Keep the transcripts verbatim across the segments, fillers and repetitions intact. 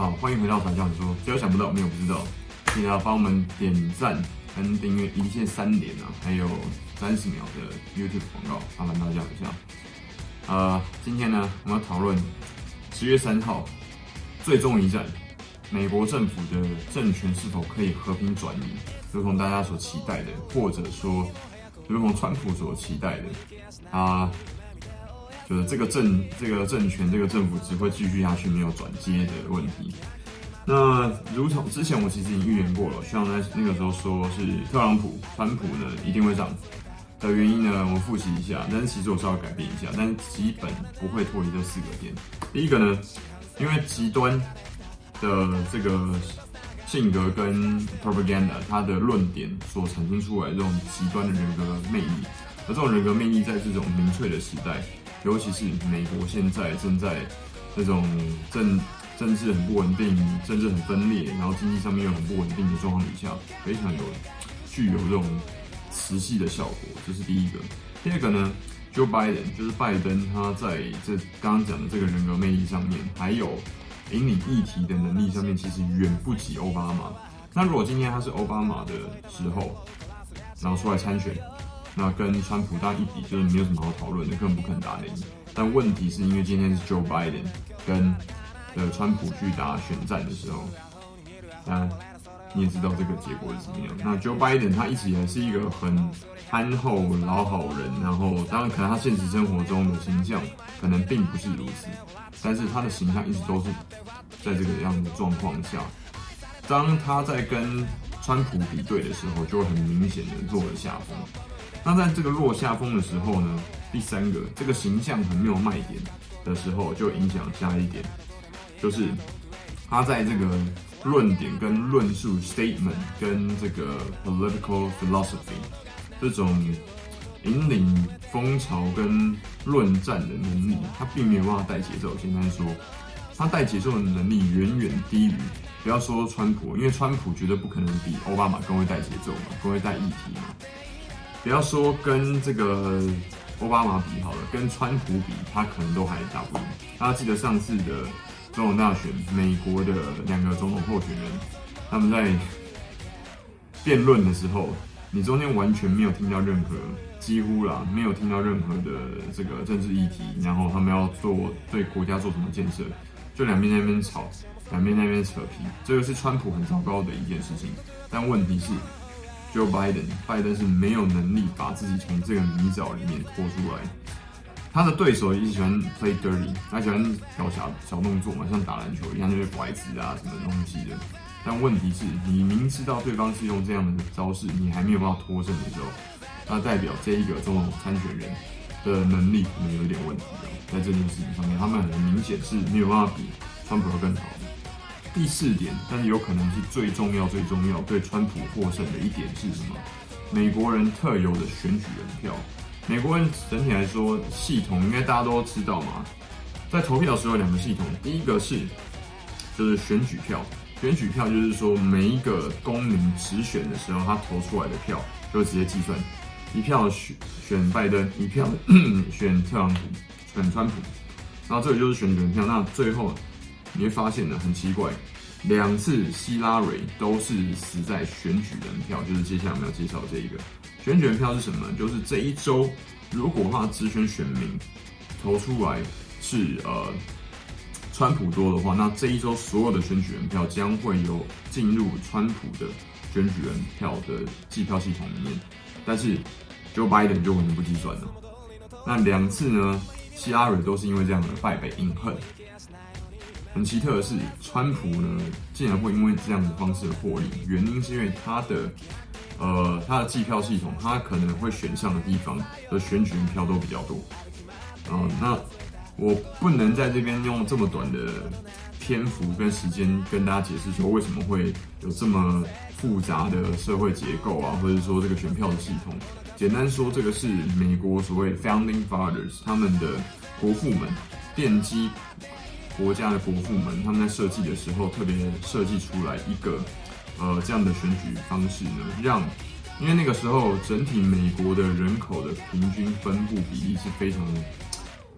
好，欢迎回到反向说，只有想不到，没有不知道。记得帮我们点赞跟订阅一键三连啊，还有三十秒的 YouTube 广告，麻烦大家一下。呃，今天呢，我们要讨论十月三号最终一战，美国政府的政权是否可以和平转移，如同大家所期待的，或者说如同川普所期待的，他。就是这个政这个政权这个政府只会继续下去，没有转接的问题。那如同之前我其实已经预言过了，希望在那个时候说是特朗普、川普呢一定会上的原因呢，我们复习一下。但是其实我稍微改变一下，但是基本不会脱离这四个点。第一个呢，因为极端的这个性格跟 propaganda， 它的论点所产生出来的这种极端的人格魅力，而这种人格魅力在这种民粹的时代。尤其是美国现在正在这种政政治很不稳定、政治很分裂，然后经济上面又很不稳定的状况底下，非常有具有这种磁系的效果，这是第一个。第二个呢 ，Joe Biden 就是拜登，他在这刚刚讲的这个人格魅力上面，还有引领议题的能力上面，其实远不及奥巴马。那如果今天他是奥巴马的时候，然后出来参选。那跟川普当然一比，就是没有什么好讨论的，根本不可能打得赢。但问题是因为今天是 Joe Biden 跟呃川普去打选战的时候，那你也知道这个结果是怎么样。那 Joe Biden 他一直以来是一个很憨厚老好人，然后当然可能他现实生活中的形象可能并不是如此，但是他的形象一直都是在这个样的状况下，当他在跟川普比对的时候，就会很明显的落了下风。那在这个落下风的时候呢，第三个，这个形象很没有卖点的时候，就影响下一点，就是他在这个论点跟论述 statement 跟这个 political philosophy 这种引领风潮跟论战的能力，他并没有办法带节奏。简单说，他带节奏的能力远远低于，不要说川普，因为川普绝对不可能比奥巴马更会带节奏嘛，更会带议题嘛。不要说跟这个奥巴马比好了，跟川普比，他可能都还打不赢。大家记得上次的总统大选，美国的两个总统候选人，他们在辩论的时候，你中间完全没有听到任何，几乎啦，没有听到任何的这个政治议题，然后他们要做对国家做什么建设，就两边在那边吵，两边在那边扯皮，这个是川普很糟糕的一件事情。但问题是。Joe Biden， 拜登是没有能力把自己从这个泥沼里面拖出来。他的对手也喜欢 play dirty， 他喜欢搞小小动作嘛，像打篮球一样，就是拐子啊什么东西的。但问题是你明知道对方是用这样的招式，你还没有办法脱胜的时候，那代表这一个总统参选人的能力可能有点问题哦。在这件事情上面，他们很明显是没有办法比川普要更好的。第四点，但是有可能是最重要、最重要对川普获胜的一点是什么？美国人特有的选举人票。美国人整体来说，系统应该大家都知道嘛。在投票的时候有两个系统，第一个是就是选举票，选举票就是说每一个公民直选的时候，他投出来的票就会直接计算，一票选选拜登，一票选特朗普，选川普，然后这个就是选举人票。那最后。你会发现呢，很奇怪，两次希拉蕊都是死在选举人票，就是接下来我们要介绍这一个选举人票是什么？就是这一周如果他直选选民投出来是呃川普多的话，那这一周所有的选举人票将会有进入川普的选举人票的计票系统里面，但是 Joe Biden 就完全不计算了。那两次呢，希拉蕊都是因为这样的败北饮恨。很奇特的是，川普呢竟然会因为这样的方式获利，原因是因为他的呃他的计票系统，他可能会选上的地方的选举人票都比较多。呃，那我不能在这边用这么短的篇幅跟时间跟大家解释说为什么会有这么复杂的社会结构啊，或者说这个选票的系统。简单说，这个是美国所谓 Founding Fathers 他们的国父们奠基。国家的国父们，他们在设计的时候特别设计出来一个呃这样的选举方式呢，让因为那个时候整体美国的人口的平均分布比例是非常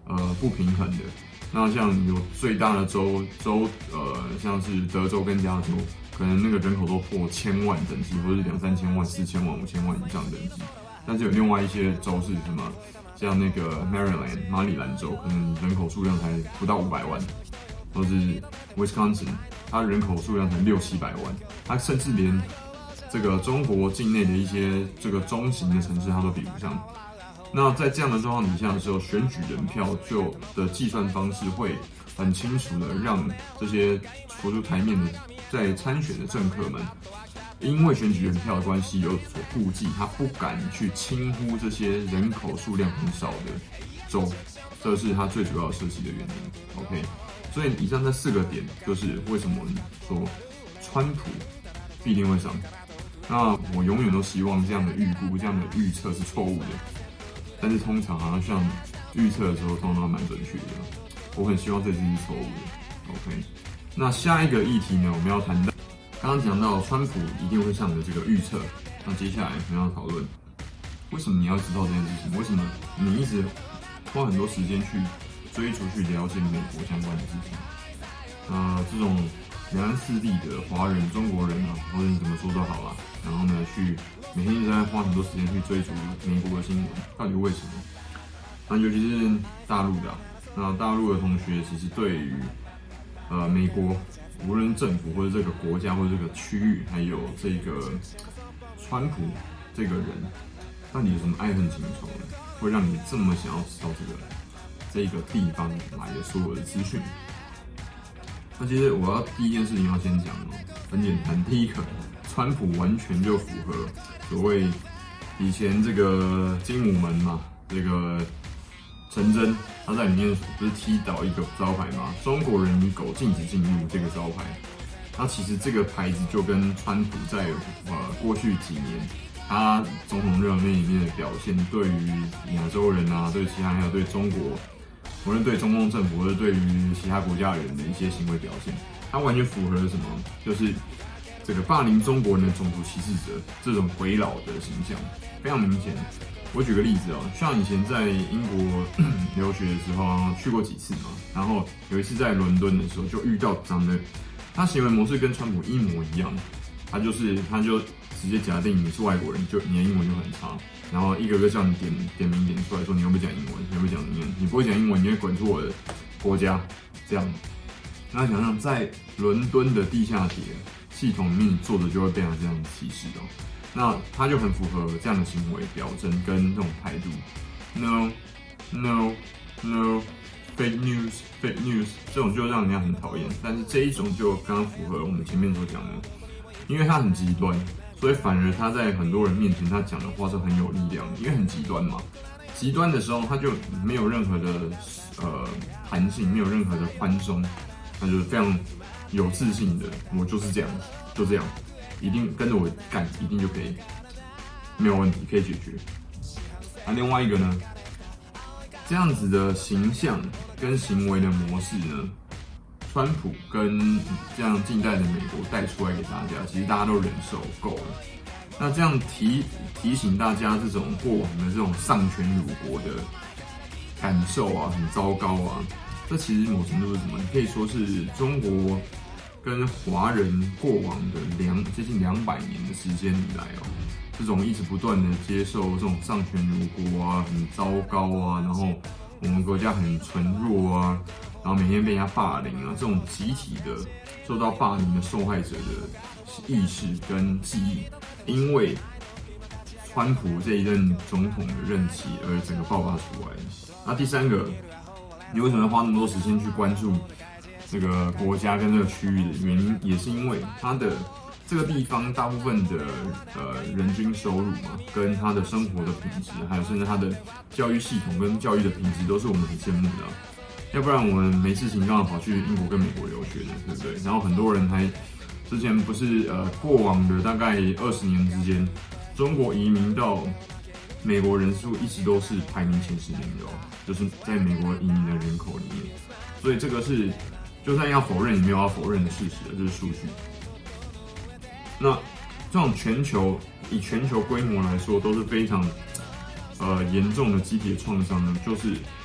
呃不平衡的。那像有最大的州州呃像是德州跟加州，可能那个人口都破千万等级，或是两三千万、四千万、五千万以上等级。但是有另外一些州是什么？像那个 Maryland 马里兰州，可能人口数量才不到五百万，或是 Wisconsin， 它人口数量才六七百万，它甚至连这个中国境内的一些这个中型的城市，它都比不上。那在这样的状况底下的时候，选举人票就的计算方式会很清楚的让这些浮出台面的在参选的政客们，因为选举人票的关系有所顾忌，他不敢去轻忽这些人口数量很少的州，这是他最主要设计的原因。OK， 所以以上这四个点就是为什么说川普必定会上。那我永远都希望这样的预估、这样的预测是错误的，但是通常好像像预测的时候，通常都蛮准确的。我很希望这次是错误的。OK， 那下一个议题呢，我们要谈到。刚刚讲到川普一定会上的这个预测，那接下来我们要讨论，为什么你要知道这件事情？为什么你一直花很多时间去追逐、去了解美国相关的事情？呃，这种两岸四地的华人、中国人啊，或者你怎么说都好啦，然后呢，去每天一直在花很多时间去追逐美国的新闻，到底为什么？那尤其是大陆的、啊，那大陆的同学其实对于呃美国。无论政府或者这个国家或者这个区域，还有这个川普这个人，到底有什么爱恨情仇呢？会让你这么想要知道这个这个地方来的所有的资讯？那其实我要第一件事情要先讲哦，很简单，第一个，川普完全就符合所谓以前这个精武门嘛，这个。陈真他在里面不是踢倒一个招牌吗？中国人与狗禁止进入这个招牌。那其实这个牌子就跟川普在呃过去几年他总统任内里面的表现，对于亚洲人啊，对其他还有对中国，无论对中共政府或者对于其他国家人的一些行为表现，他完全符合了什么？就是这个霸凌中国人的种族歧视者这种鬼佬的形象，非常明显。我举个例子哦，像以前在英国留学的时候啊，去过几次嘛，然后有一次在伦敦的时候，就遇到长得他行为模式跟川普一模一样，他就是他就直接假定你是外国人，就你的英文就很差，然后一个个叫你点点名点出来说你会不会讲英文，你会不会讲英文，你不会讲英文，你会滚出我的国家，这样。那想想在伦敦的地下铁系统里面，你做的就会被他这样歧视哦。那他就很符合这样的行为表征跟这种态度 ，no no no fake news fake news 这种就让人家很讨厌。但是这一种就刚刚符合我们前面所讲的，因为他很极端，所以反而他在很多人面前他讲的话是很有力量的，因为很极端嘛。极端的时候他就没有任何的呃弹性，没有任何的宽松，他就是非常有自信的，我就是这样，就这样。一定跟着我干，一定就可以，没有问题，可以解决。那、啊、另外一个呢，这样子的形象跟行为的模式呢，川普跟这样近代的美国带出来给大家，其实大家都忍受够了。那这样提提醒大家，这种过往的这种丧权辱国的感受啊，很糟糕啊。这其实某程度是什么？你可以说是中国。跟华人过往的两接近两百年的时间以来哦，这种一直不断的接受这种丧权辱国啊，很糟糕啊，然后我们国家很纯弱啊，然后每天被人家霸凌啊，这种集体的受到霸凌的受害者的意识跟记忆，因为川普这一任总统的任期而整个爆发出来。那第三个，你为什么要花那么多时间去关注？这个国家跟这个区域的原因，也是因为它的这个地方大部分的呃人均收入嘛，跟它的生活的品质，还有甚至它的教育系统跟教育的品质，都是我们很羡慕的、啊。要不然我们没事情干嘛跑去英国跟美国留学呢？对不对？然后很多人还之前不是呃过往的大概二十年之间，中国移民到美国人数一直都是排名前十名的哦，就是在美国移民的人口里面，所以这个是。就算要否认，也没有要否认的事实，这是数据。那这种全球以全球规模来说，都是非常呃严重的集体创伤呢，就是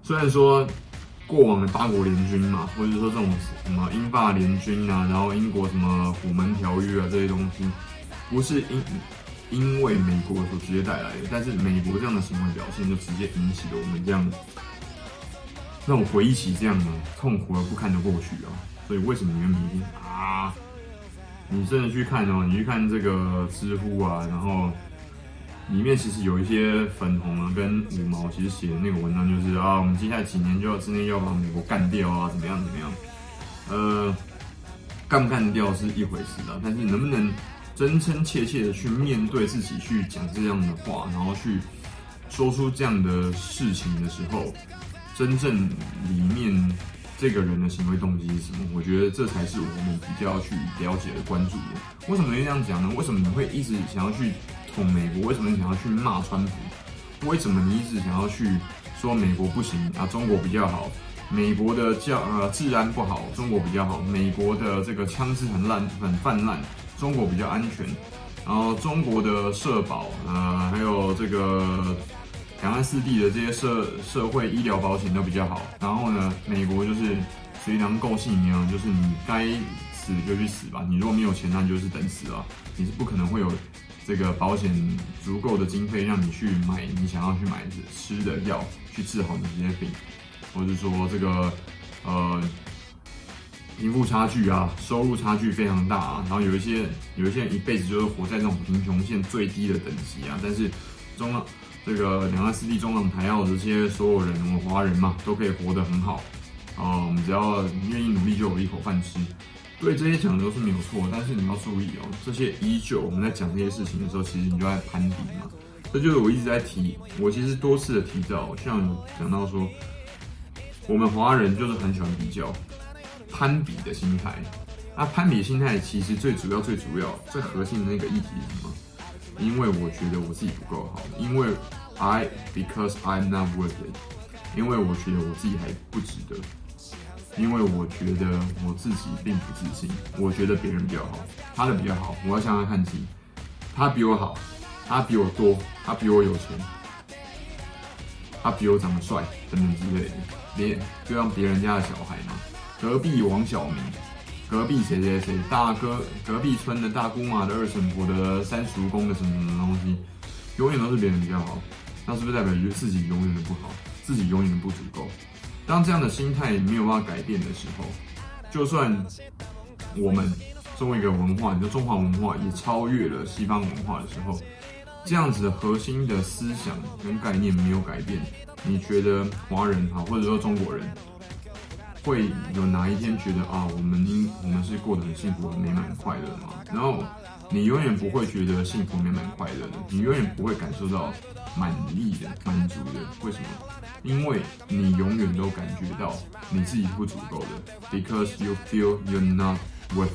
虽然说过往的八国联军嘛，或者说这种什么英法联军啊，然后英国什么虎门条约啊这些东西，不是因因为美国所直接带来的，但是美国这样的行为表现就直接引起了我们这样让我回忆起这样的痛苦而不堪的过去啊。所以为什么你们每天啊？你真的去看哦，你去看这个知乎啊，然后里面其实有一些粉红啊跟五毛，其实写的那个文章就是啊，我们接下来几年就要之内要把美国干掉啊，怎么样怎么样？呃，干不干掉是一回事啊，但是能不能真真切切的去面对自己，去讲这样的话，然后去说出这样的事情的时候，真正里面这个人的行为动机是什么？我觉得这才是我们比较要去了解和关注的。为什么会这样讲呢？为什么你会一直想要去捅美国？为什么你想要去骂川普？为什么你一直想要去说美国不行啊，中国比较好？美国的教呃治安不好，中国比较好；美国的这个枪支很烂很泛滥，中国比较安全。然后中国的社保呃还有这个两岸四地的这些社社会医疗保险都比较好。然后呢，美国就是随良够性一样，就是你该死就去死吧，你如果没有钱，那你就是等死啊，你是不可能会有这个保险足够的经费让你去买你想要去买的吃的药，去治好你这些病，或者说这个呃贫富差距啊，收入差距非常大啊，然后有一些有一些人一辈子就是活在这种贫穷线最低的等级啊，但是中浪这个两岸四地中港台澳的这些所有人，我们华人嘛都可以活得很好哦，我们只要愿意努力就有一口饭吃。对，这些讲的都是没有错，但是你要注意哦，这些依旧我们在讲这些事情的时候，其实你就在攀比嘛。这就是我一直在提，我其实多次的提到，像有讲到说，我们华人就是很喜欢比较、攀比的心态。那攀比心态其实最主要、最主要、最核心的那个议题是什么？因为我觉得我自己不够好，因为 I because I'm not worth it， 因为我觉得我自己还不值得。因为我觉得我自己并不自信，我觉得别人比较好，他的比较好，我要向他看齐。他比我好，他比我多，他比我有钱，他比我长得帅，等等之类的。别就像别人家的小孩嘛，隔壁王小明，隔壁谁谁谁，大哥，隔壁村的大姑妈的二婶婆的三叔公的什么什么东西，永远都是别人比较好，那是不是代表自己永远的不好，自己永远的不足够？当这样的心态没有办法改变的时候，就算我们作为一个文化，你的中华文化也超越了西方文化的时候，这样子的核心的思想跟概念没有改变，你觉得华人好，或者说中国人，会有哪一天觉得啊，我们应我们是过得很幸福、很美满、很快乐的吗？然后你永远不会觉得幸福、美满、快乐的，你永远不会感受到满意的、满足的。为什么？因为你永远都感觉到你自己不足够的 ，because you feel you're not worth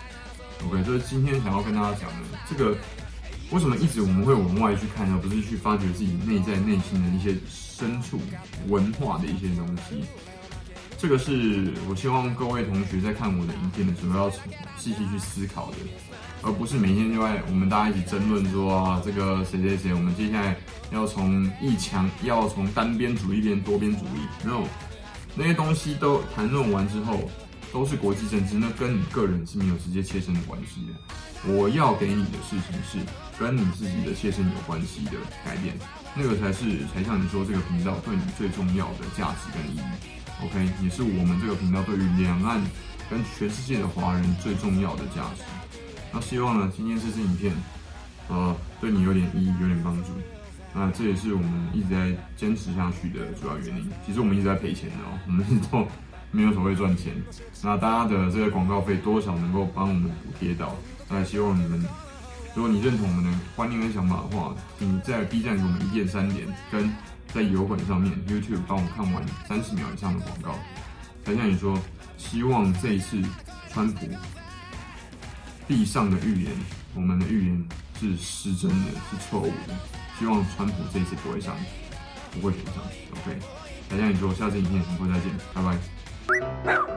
it。OK， 这是今天想要跟大家讲的。这个为什么一直我们会往外去看，而不是去发掘自己内在内心的一些深处文化的一些东西？这个是我希望各位同学在看我的影片的时候要细细去思考的，而不是每天就在我们大家一起争论说啊，这个谁谁谁，我们接下来要从一强要从单边主义变多边主义。No， 那些东西都谈论完之后，都是国际政治，那跟你个人是没有直接切身的关系的。我要给你的事情是跟你自己的切身有关系的改变，那个才是才像你说这个频道对你最重要的价值跟意义。OK， 也是我们这个频道对于两岸跟全世界的华人最重要的价值。那希望呢，今天这支影片，呃，对你有点意义，有点帮助。那这也是我们一直在坚持下去的主要原因。其实我们一直在赔钱的哦，我们是都没有所谓赚钱。那大家的这个广告费多少能够帮我们补贴到？那希望你们，如果你认同我们的观念跟想法的话，你在 B 站给我们一键三连，跟在油管上面 YouTube 帮我看完三十秒以上的广告。才像你说，希望这一次川普地上的预言，我们的预言是失真的，是错误的。希望川普这一次不会上，不会选上。OK，才像你说，下次影片很快再见，拜拜。